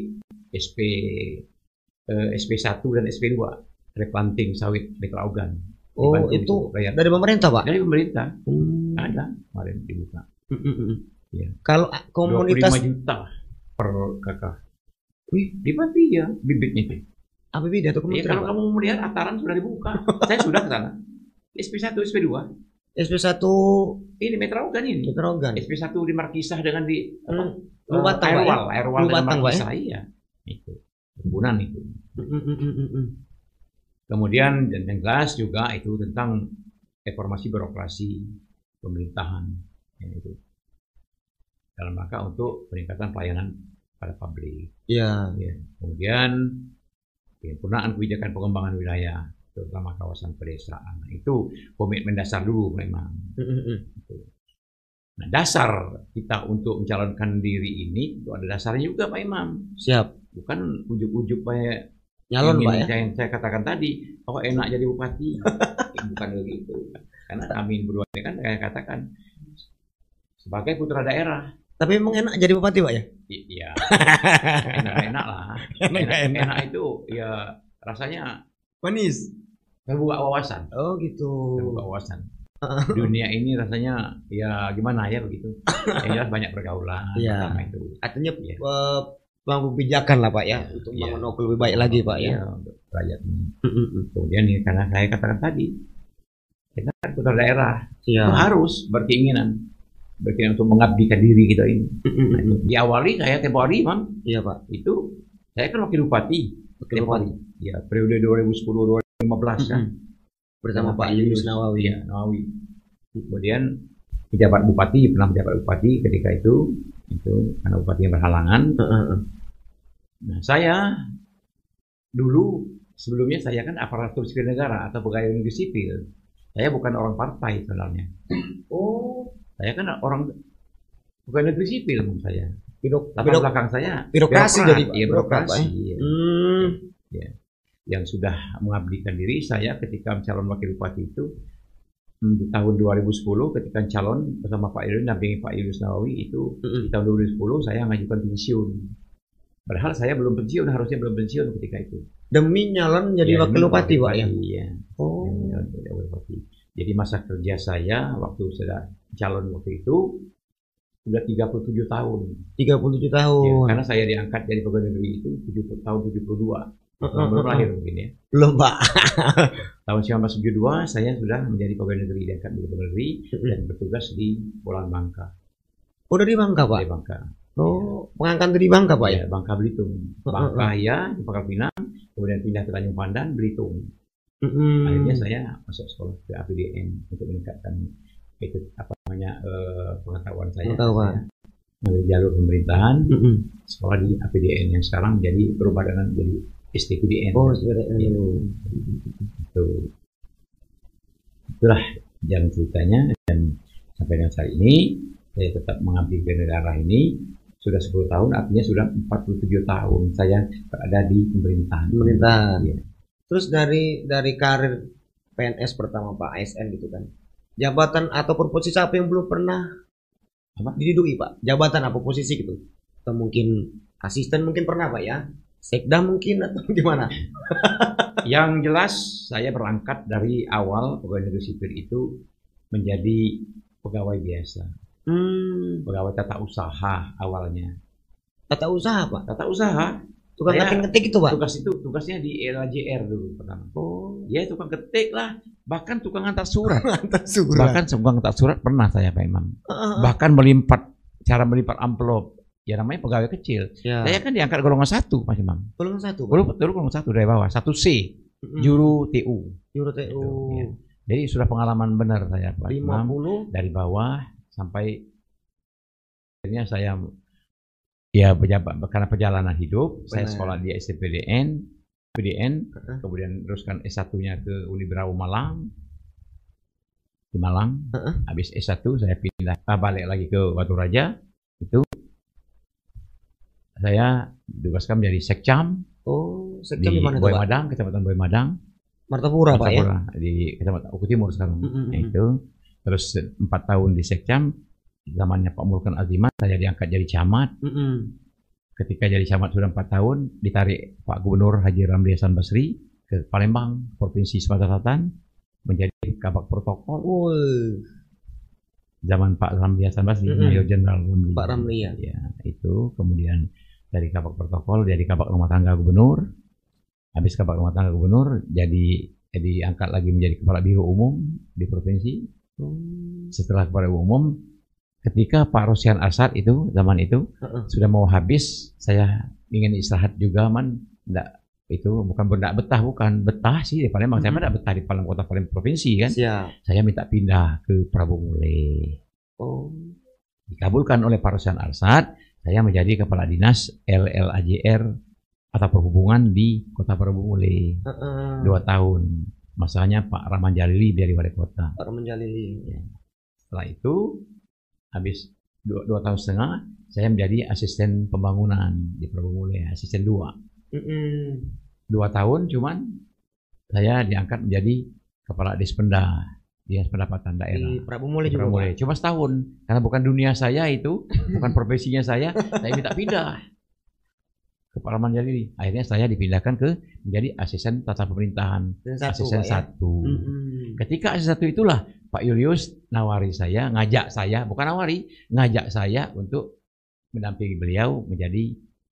SP1 dan SP2, replanting sawit di Keraugan. Itu dari pemerintah Pak? Dari pemerintah. Ada kemarin dibuka. Ya. Kalau komunitas 25 juta per kakak. Wih, di Pati ya bibitnya itu. Apa beda tuh kementerian? Kalau kamu melihat Ataran sudah dibuka. Saya sudah ke sana. SP1, SP2. SP1 ini Meterogan ini. Meterogan. SP1 di Markisah dengan di Airwal dengan Markisah ya. Itu. Perkebunan itu. Kemudian dan yang jelas juga itu tentang reformasi birokrasi pemerintahan ya, itu. Dalam rangka untuk peningkatan pelayanan pada publik. Ya. Kemudian penyempurnaan kebijakan pengembangan wilayah, terutama kawasan pedesaan. Itu komitmen dasar dulu memang. Nah, dasar kita untuk mencalonkan diri ini itu ada dasarnya juga Pak Imam. Siap. Bukan ujuk-ujuk kayak nyalon Pak ya. Yang saya katakan tadi, enak jadi bupati. Bukan begitu. Karena kami berdua ini kan saya katakan sebagai putra daerah. Tapi emang enak jadi bupati Pak ya? Iya. Enak lah. Enak itu ya rasanya manis. Terbuka wawasan. Oh gitu. Terbuka wawasan. Dunia ini rasanya ya gimana ya begitu. Ya banyak pergaulan. Iya. Itu. Artinya Bang kebijakan lah Pak ya, untuk membangun Oku lebih baik lagi Pak ya. Untuk rakyat ini. Kemudian ini karena saya katakan tadi, kita kan putra daerah, itu harus berkeinginan untuk mengabdikan diri kita ini. Diawali saya tempoh hari, Mam. Iya Pak. Itu saya kan wakil bupati. Tempoh hari. Ya, periode 2010-2015 kan. Bersama Pak Julius Nawawi. Ya, Nawawi. Kemudian pernah menjabat bupati ketika itu karena bupati yang berhalangan. Nah, saya dulu sebelumnya saya kan aparatur sipil negara atau pegawai negeri sipil. Saya bukan orang partai sebenarnya. Oh, saya kan orang pegawai negeri sipil saya. Latar belakang saya birokrasi jadi Pak. Iya, birokrasi. Ya. Yang sudah mengabdikan diri saya ketika calon wakil bupati itu di tahun 2010 ketika calon bersama Pak Irwin dampingi Pak Julius Nawawi itu di tahun 2010 saya mengajukan pensiun. Padahal saya belum pensiun, harusnya belum pensiun ketika itu. Demi nyalon jadi wakil bupati Pak ya? Iya. Oh. Jadi masa kerja saya waktu saya calon waktu itu sudah 37 tahun. 37 tahun. Ya, karena saya diangkat jadi pegawai negeri itu tahun 72. Belum lahir mungkin ya. Belum Pak. Tahun 1972 saya sudah menjadi pegawai negeri, diangkat menjadi pegawai negeri dan bertugas di Bolan Bangka. Oh dari Bangka Pak? Dari Bangka. Oh, pengangkatan dari Bangka Pak ya? Bangka Belitung. Bangka ya, di Pangkal Pinang, kemudian pindah ke Tanjung Pandan, Belitung. Akhirnya saya masuk sekolah ke APDN untuk meningkatkan pengetahuan saya. Melalui jalur pemerintahan, sekolah di APDN yang sekarang jadi berubah dengan jadi STPDN. Oh, STPDN. Itulah jalan ceritanya dan sampai dengan saat ini saya tetap mengabdi ke negara ini sudah 10 tahun, artinya sudah 47 tahun saya berada di pemerintahan. Ya. Terus dari karir PNS pertama Pak, ASN gitu kan, jabatan ataupun posisi apa yang belum pernah diduduki Pak? Jabatan apa posisi gitu? Atau mungkin asisten mungkin pernah Pak ya? Sekda mungkin atau gimana? Yang jelas saya berangkat dari awal pegawai negeri sipil itu menjadi pegawai biasa. Pegawai tata usaha awalnya. Tata usaha Pak? Tata usaha. Tukang ketik itu Pak? Tugasnya di LAJR dulu pertama. Oh. Ya tukang ketik lah. Bahkan tukang antar surat. Bahkan tukang antar surat pernah saya Pak Imam. Bahkan cara melipat amplop. Ya namanya pegawai kecil. Ya. Saya kan diangkat golongan 1 Mas Imam. Golongan 1? Dulu golongan 1 dari bawah. 1C. Juru TU. Juru TU. Gitu, ya. Jadi sudah pengalaman benar saya Pak 50 Imam. Dari bawah sampai akhirnya saya ya karena perjalanan hidup. Benar. Saya sekolah di STPDN. Kemudian teruskan S1-nya ke Unibrawa Malang. Di Malang. Habis S1 saya pindah balik lagi ke Batu Raja. Itu saya ditugaskan menjadi sekcam. Oh, sekcam di mana Boy Madang, Kecamatan Boy Madang. Martapura Pak ya? Di Kecamatan Oku Timur sekarang. Itu terus 4 tahun di sekcam. Zamannya Pak Mulkan Azimat saya diangkat jadi camat. Ketika jadi camat sudah 4 tahun, ditarik Pak Gubernur Haji Ramli Hasan Basri ke Palembang, Provinsi Sumatera Selatan, menjadi kabak protokol. Zaman Pak Ramli Hasan Basri, Mayor Jenderal Ramli. Pak Ramli ya. Ya, itu kemudian dari kabak protokol jadi kabak rumah tangga gubernur. Habis kabak rumah tangga gubernur jadi angkat lagi menjadi kepala biro umum di provinsi. Setelah kepala biro umum, ketika Pak Rosyan Arsad itu zaman itu sudah mau habis, saya ingin istirahat juga enggak itu bukan betah, bukan betah sih di Palembang. Saya enggak betah di Palembang, kota Palembang provinsi kan. Saya minta pindah ke Prabu Mule. Dikabulkan oleh Pak Rosyan Arsad, saya menjadi kepala dinas LLAJR atau perhubungan di Kota Prabu Mule. 2 tahun. Masanya Pak Rahman Jalili dari wali kota. Pak Rahman Jalili. Ya. Setelah itu habis 2 tahun setengah saya menjadi asisten pembangunan di Prabu Mule, asisten 2. 2 tahun cuman saya diangkat menjadi kepala Dispenda, Dinas Pendapatan Daerah. Di Prabu Mule juga. Prabu Mule. Cuma setahun karena bukan dunia saya itu, bukan profesinya saya minta pindah ke Pak Rahman Jalili. Akhirnya saya dipindahkan ke menjadi asisten tata pemerintahan, asisten 1. Ketika asisten 1 itulah Pak Julius ngajak saya untuk mendampingi beliau menjadi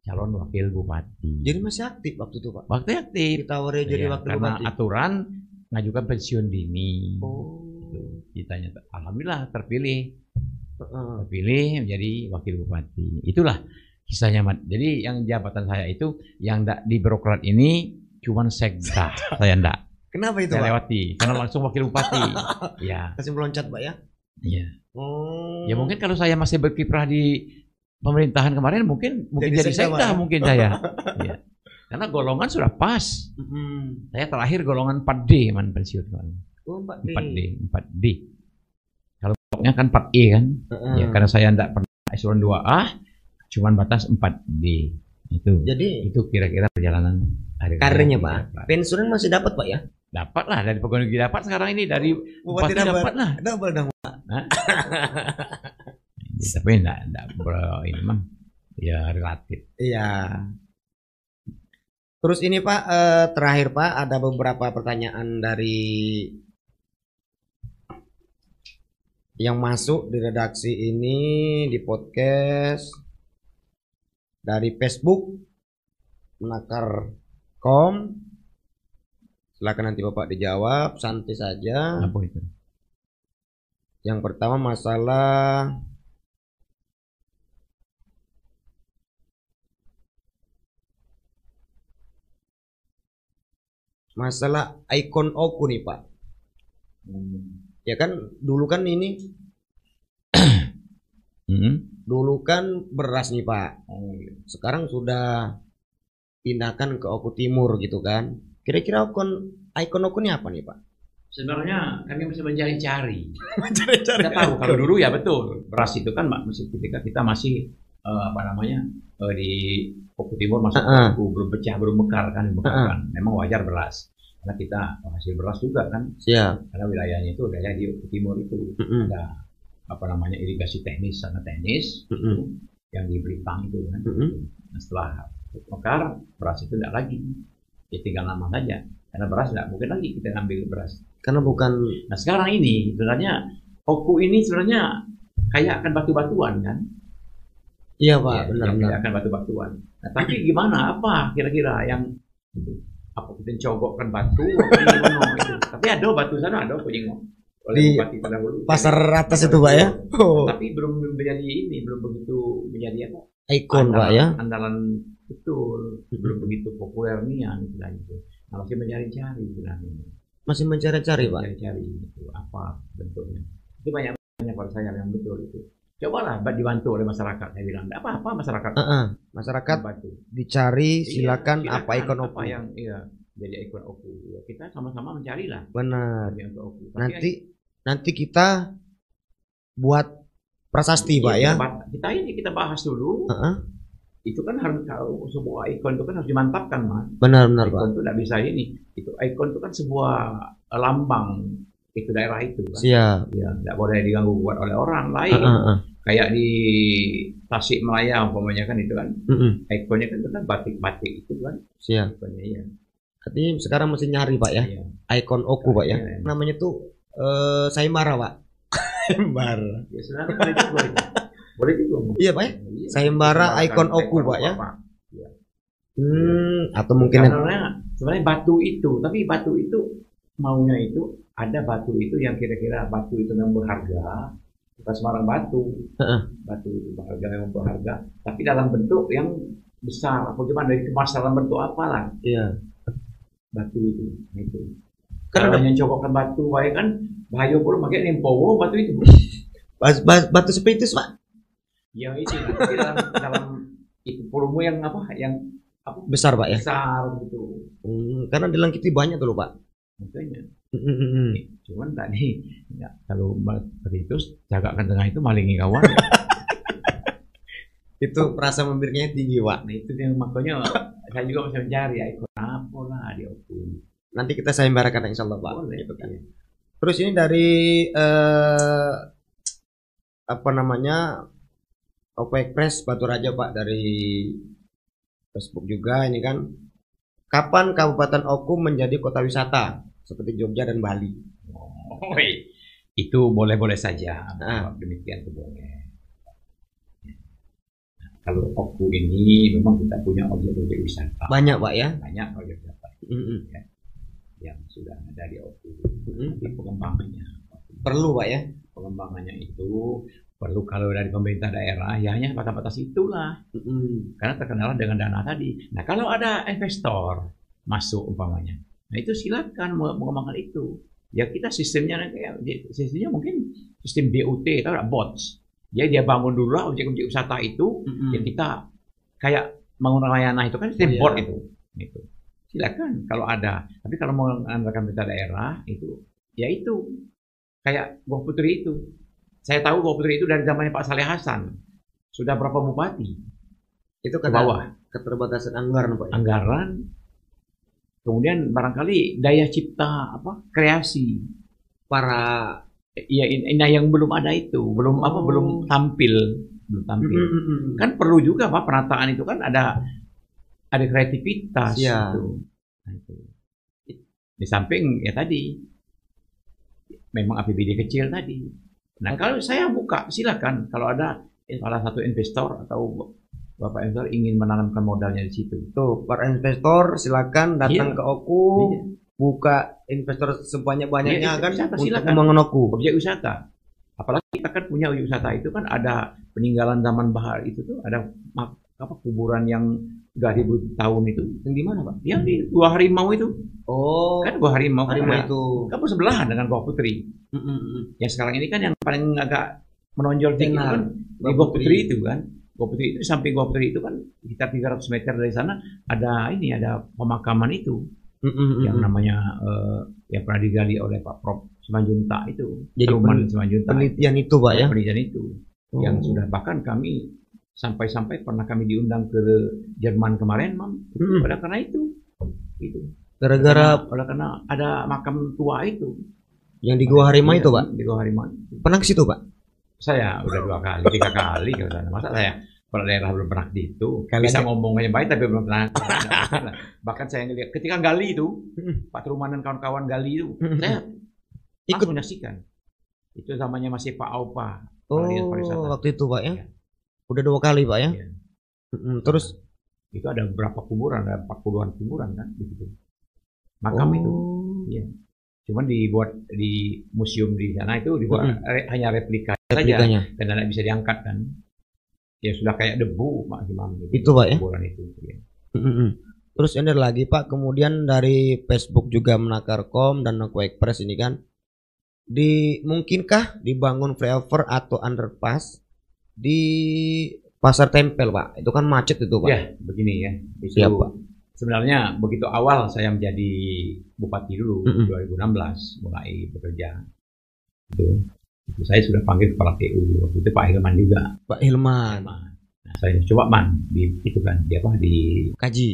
calon wakil bupati. Jadi masih aktif waktu itu, Pak. Waktu aktif. Ditawari jadi wakil karena bupati. aturan ngajukan pensiun dini. Oh. Gitu. Ditanya, alhamdulillah terpilih. Terpilih menjadi wakil bupati. Itulah kisahnya, Mat. Jadi yang jabatan saya itu yang di birokrat ini cuman sekda. Saya enggak. Kenapa itu, saya Pak? lewati karena langsung wakil bupati. Ya. Kasih meloncat, Pak ya? Iya. Oh. Ya mungkin kalau saya masih berkiprah di pemerintahan kemarin mungkin jadi sekda mungkin saya. Ya. Karena golongan sudah pas. Saya terakhir golongan 4D man pensiun. Oh, 4D. 4D. Kalau bloknya kan 4E kan. Ya karena saya enggak pernah eselon 2A, cuman batas 4D. Itu kira-kira perjalanan karirnya, Pak. Pensiunan masih dapat, Pak ya? Dapat lah dari pegawai negeri, dapat sekarang ini dari bupati dapat lah. Dapat dong, Pak. Tapi enggak ini mah ya relatif. Iya. Terus ini Pak, terakhir Pak, ada beberapa pertanyaan dari yang masuk di redaksi ini, di podcast, dari Facebook Menakar.com. Silakan nanti Bapak dijawab, santai saja. Apa itu? Yang pertama masalah ikon Oku nih, Pak. Ya kan dulu kan ini dulu kan beras nih, Pak. Sekarang sudah pindahkan ke Oku Timur gitu kan. Kira-kira ikon Oku ini apa nih, Pak? Sebenarnya kami masih mencari-cari. Kita tahu kalau dulu ya betul beras itu kan ketika kita masih di Oku Timur masuk belum pecah, belum mekar kan. Memang wajar beras karena kita hasil beras juga kan. Siap. Karena wilayahnya itu wilayah di Oku Timur itu ada irigasi teknis, sana teknis yang di Belitang itu kan. Nah, setelah mekar beras itu tidak lagi. Ya tinggal nama saja. Karena beras nggak mungkin lagi kita ngambil beras. Karena bukan. Nah sekarang ini sebenarnya Oku ini sebenarnya kayak akan batu-batuan kan? Iya Pak, benar. Kayak akan batu-batuan. Nah tapi gimana? Apa kira-kira yang apa kita cogokkan batu? Tapi ada batu sana, ada Kujingo. Di pasar atas itu Pak ya? Tapi belum menjadi ini, belum begitu menjadi apa? Ikon Pak ya? Andalan betul, belum begitu populer nih yang itu. Nah, masih mencari-cari sebenarnya. Masih mencari-cari Pak? Mencari-cari itu apa bentuknya. Itu banyak pada saya yang betul itu. Cobalah dibantu oleh masyarakat. Saya bilang, enggak apa-apa masyarakat. Masyarakat bantu. Dicari, silakan apa ikon Oku. Apa yang jadi ikon Oku. Ya, kita sama-sama mencarilah. Benar. Nanti kita buat prasasti Pak ya. Kita bahas dulu. Itu kan harus tahu sebuah ikon itu kan harus dimantapkan, Mas. Benar ikon Pak. Itu tidak bisa ini. Itu ikon itu kan sebuah lambang itu daerah itu kan. Siap. Ya, tidak boleh diganggu buat oleh orang lain. Kayak di Tasikmalaya umpamanya kan itu kan. Ikonnya kan itu kan batik-batik itu kan. Siap. Ikonnya ya. Artinya sekarang mesti nyari Pak ya. Iya. Ikon Oku Pak ya. Namanya tuh Sayembara Pak. Sayembara. Ya sebenarnya boleh juga. Iya Pak ya. Sayembara ikon Oku Pak ya. Atau mungkin sebenarnya batu itu, tapi batu itu maunya itu ada batu itu yang kira-kira batu itu yang berharga, bukan sembarang batu. Batu itu berharga, memang berharga, tapi dalam bentuk yang besar. Apa gimana dari kemas dalam bentuk apalah? Iya. Batu itu. Kalau yang cokokkan batu, baik kan bahaya pun pakai nimpowo batu itu. Batu spiritus Pak. Ya itu dalam itu volume yang apa? Yang apa? Besar Pak ya. Besar gitu. Karena di Langkiti banyak dulu Pak. Makanya. Cuman tadi ya, kalau spiritus jagakan tengah itu malingi kawan. Itu rasa membirnya tinggi Pak. Nah itu yang makanya saya juga masih mencari ikon apa lah di Oku. Nanti kita sayembarakan insya Allah Pak. Boleh, gitu kan. Terus ini dari Opexpress Batu Raja Pak, dari Facebook juga ini kan. Kapan Kabupaten Oku menjadi kota wisata seperti Jogja dan Bali? Itu boleh-boleh saja. Demikian itu boleh. Kalau Oku ini memang kita punya objek-objek wisata. Banyak Pak ya? Banyak objek wisata ya, yang sudah ada di Oku. Tapi pengembangannya Perlu Pak ya? Pengembangannya itu perlu kalau dari pemerintah daerah ya hanya batas-batas itulah. Karena terkenal dengan dana tadi. Nah kalau ada investor masuk umpamanya, nah itu silakan mengembangkan itu. Ya kita sistemnya mungkin sistem BOT atau BOTS. Dia bangun dulu lah objek-objek wisata itu, ya kita kayak bangun layanan itu kan sistem BOT itu. Silakan kalau ada. Tapi kalau mengandalkan pemerintah daerah itu, ya itu kayak Goh Putri itu. Saya tahu Goh Putri itu dari zamannya Pak Saleh Hasan. Sudah berapa bupati? Itu ke bawah. Keterbatasan anggaran Pak. Anggaran. Kemudian barangkali daya cipta kreasi para yang belum ada itu, belum tampil. Kan perlu juga Pak penataan itu kan ada kreativitas itu. Nah, itu. Di samping ya tadi memang APBD kecil tadi. Nah, kalau saya buka silakan kalau ada salah satu investor atau Bapak investor ingin menanamkan modalnya di situ. Tuh, para investor silakan datang ke Oku, buka investor sebanyak-banyaknya kan untuk membangun Oku. Objek wisata. Apalagi kita kan punya objek wisata itu kan ada peninggalan zaman bahar itu tuh ada kuburan yang 2000 tahun itu. Yang di mana Pak? Yang di Gua Harimau itu. Oh. Kan Gua Harimau itu. Kan bersebelahan dengan Goh Putri. Yang sekarang ini kan yang paling agak menonjol tinggi kan di Goh Putri itu kan. Goh Putri itu sampai Goh Putri itu kan sekitar 300 meter dari sana ada pemakaman itu yang namanya yang pernah digali oleh Pak Prof Simanjuntak itu. Jadi penelitian itu Pak ya? Penelitian itu yang sudah bahkan kami sampai pernah kami diundang ke Jerman kemarin, pada karena itu. Karena ada makam tua itu. Yang di Gua Harimau itu Pak? Di Gua Harimau. Pernah ke situ Pak? Saya udah 2 kali, 3 kali ke sana. Masa saya kalau daerah belum pernah di itu. Bisa ngomongnya baik tapi belum pernah. Bahkan saya ngelihat ketika gali itu, Pak Truman dan kawan-kawan gali itu, saya ikut menyaksikan. Itu zamannya masih Pak Aupa. Waktu itu Pak ya? Udah 2 kali Pak ya? Terus itu ada berapa kuburan? Ada 40-an kuburan kan di situ. Makam itu. Iya. Cuman dibuat di museum di sana itu dibuat hanya replika saja dan tidak bisa diangkat kan. Ya sudah kayak debu maksimum gitu. Itu Pak ya? Kuburan itu. Ya. Terus ini ada lagi Pak, kemudian dari Facebook juga Menakarkom dan Oku Express ini kan mungkinkah dibangun flyover atau underpass di Pasar Tempel Pak? Itu kan macet itu Pak. Ya, begini ya. Itu siap Pak. Sebenarnya begitu awal saya menjadi bupati dulu 2016 mulai bekerja. Itu saya sudah panggil kepala TU waktu itu Pak Hilman juga. Pak Hilman. Nah, saya coba di kaji.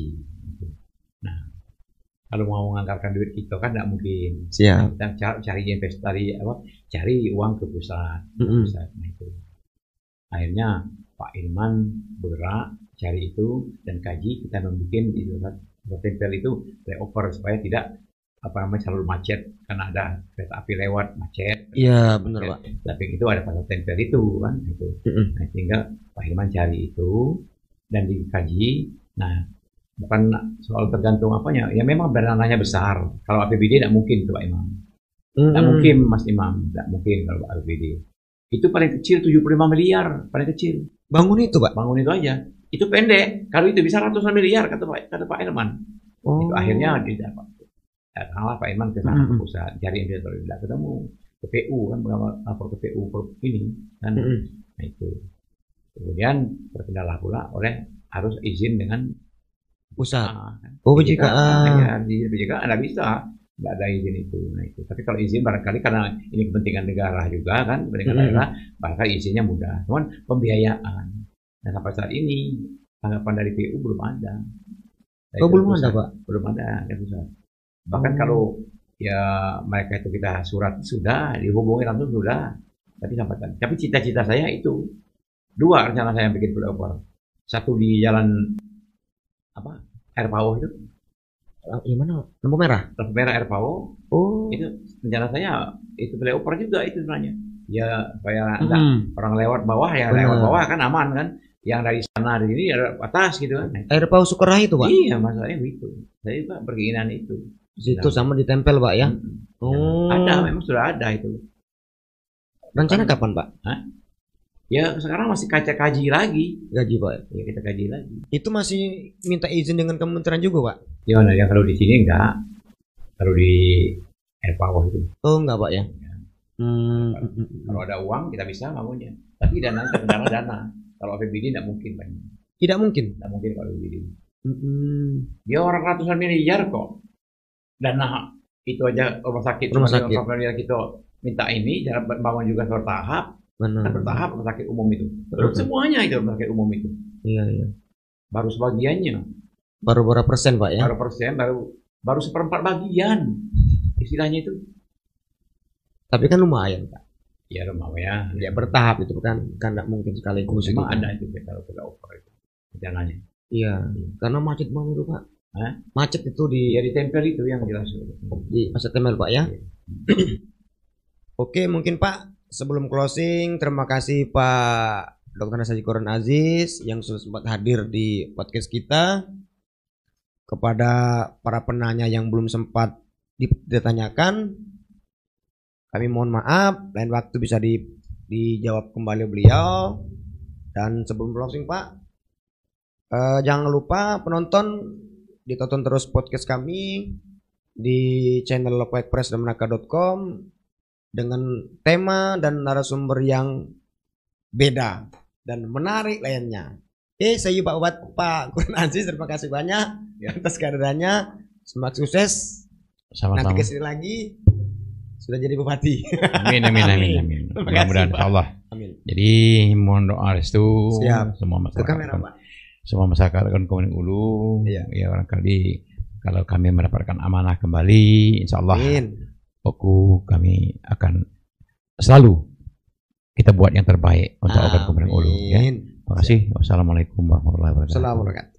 Nah, kalau mau menganggarkan duit itu kan tidak mungkin. Siap. Kita cari investasi cari uang ke pusat. Nah, itu. Akhirnya Pak Hilman bergerak cari itu dan kaji, kita membuat di Tempel itu flyover supaya tidak selalu macet karena ada kereta api lewat macet. Iya benar Pak. Tapi itu ada Pasar Tempel itu kan itu. Nah, sehingga Pak Hilman cari itu dan dikaji. Nah, bukan soal tergantung ya memang dananya besar. Kalau APBD tidak mungkin itu Pak Imam. Tidak mungkin Mas Imam, tidak mungkin kalau APBD. Itu paling kecil 75 miliar, paling kecil. Bangun itu Pak? Bangun itu aja. Itu pendek. Kalau itu bisa ratusan miliar kata Pak Hilman. Itu akhirnya didapat. Datanglah Pak Hilman ke sana ke pusat, cari investor tidak ketemu. Ke PU kan lapor ke PU ini kan. Nah itu. Kemudian terkendala pula oleh harus izin dengan pusat. Kan. BJKA. BJKA nggak bisa. Nggak ada izin itu. Nah itu. Tapi kalau izin barangkali karena ini kepentingan negara juga kan, kepentingan daerah, barangkali izinnya mudah. Cuman pembiayaan. Nah sampai saat ini tanggapan dari PU belum ada. Belum ada Pak? Belum ada dari pusat. Bahkan kalau ya mereka itu kita surat sudah dihubungi langsung sudah. Tapi cita-cita saya itu 2 rencana saya bikin flyover. Satu di jalan Air Pawah itu. Gimana? Lampu merah Air Pawah. Itu rencana saya itu flyover juga itu sebenarnya. Ya supaya orang lewat bawah ya lewat bawah kan aman kan. yang dari sana dari sini ada atas gitu kan. Air paus Sukerah itu, Pak? Iya, masalahnya begitu. Saya Pak berkeinginan itu. Situ sama ditempel, Pak ya? Oh. Ada, memang sudah ada itu. Rencana kapan, Pak? Hah? Ya sekarang masih kaji lagi. Gaji, Pak? Ya kita kaji lagi. Itu masih minta izin dengan kementerian juga, Pak? Gimana ya, kalau di sini enggak. Kalau di air bawah itu. Oh, enggak, Pak ya? Kalau ada uang kita bisa bangunnya. Tapi dana kendala dana. Kalau APBD tidak mungkin, Pak. Tidak mungkin? Tidak mungkin kalau APBD. Dia orang ratusan miliar kok. Dana itu aja rumah sakit miliar kita minta ini, jangan bangun juga bertahap. Benar. Bertahap rumah sakit umum itu. Semuanya itu rumah sakit umum itu. Iya. Baru sebagiannya. Baru berapa persen, Pak ya? Baru seperempat bagian. Istilahnya itu. Tapi kan lumayan, Pak. Ya lumayan. Ya bertahap itu kan tidak mungkin sekaligus. Memang ada itu kalau tidak over itu rencananya. Iya. Karena macet banget itu, Pak. Hah? Macet itu ditempel itu yang jelas. Di masa tempel, Pak ya. Oke, mungkin Pak sebelum closing, terima kasih Pak Dr. Andes Haji Quran Aziz yang sudah sempat hadir di podcast kita. Kepada para penanya yang belum sempat ditanyakan, kami mohon maaf, lain waktu bisa dijawab kembali beliau. Dan sebelum closing, Pak, jangan lupa penonton ditonton terus podcast kami di channel lokoexpress.com dengan tema dan narasumber yang beda dan menarik lainnya. Saya Pak Quran Aziz, terima kasih banyak atas kehadirannya. Semoga sukses. Sama-sama. Nanti kesini lagi sudah jadi bupati. Amin. Mudah-mudahan insyaallah. Amin. Jadi mohon doa restu semua masyarakat. Semua masyarakat Kabupaten Ulu. Ya barangkali kalau kami mendapatkan amanah kembali, insyaallah kami akan selalu kita buat yang terbaik untuk Kabupaten Ulu. Ya. Terima kasih. Wassalamualaikum warahmatullahi wabarakatuh.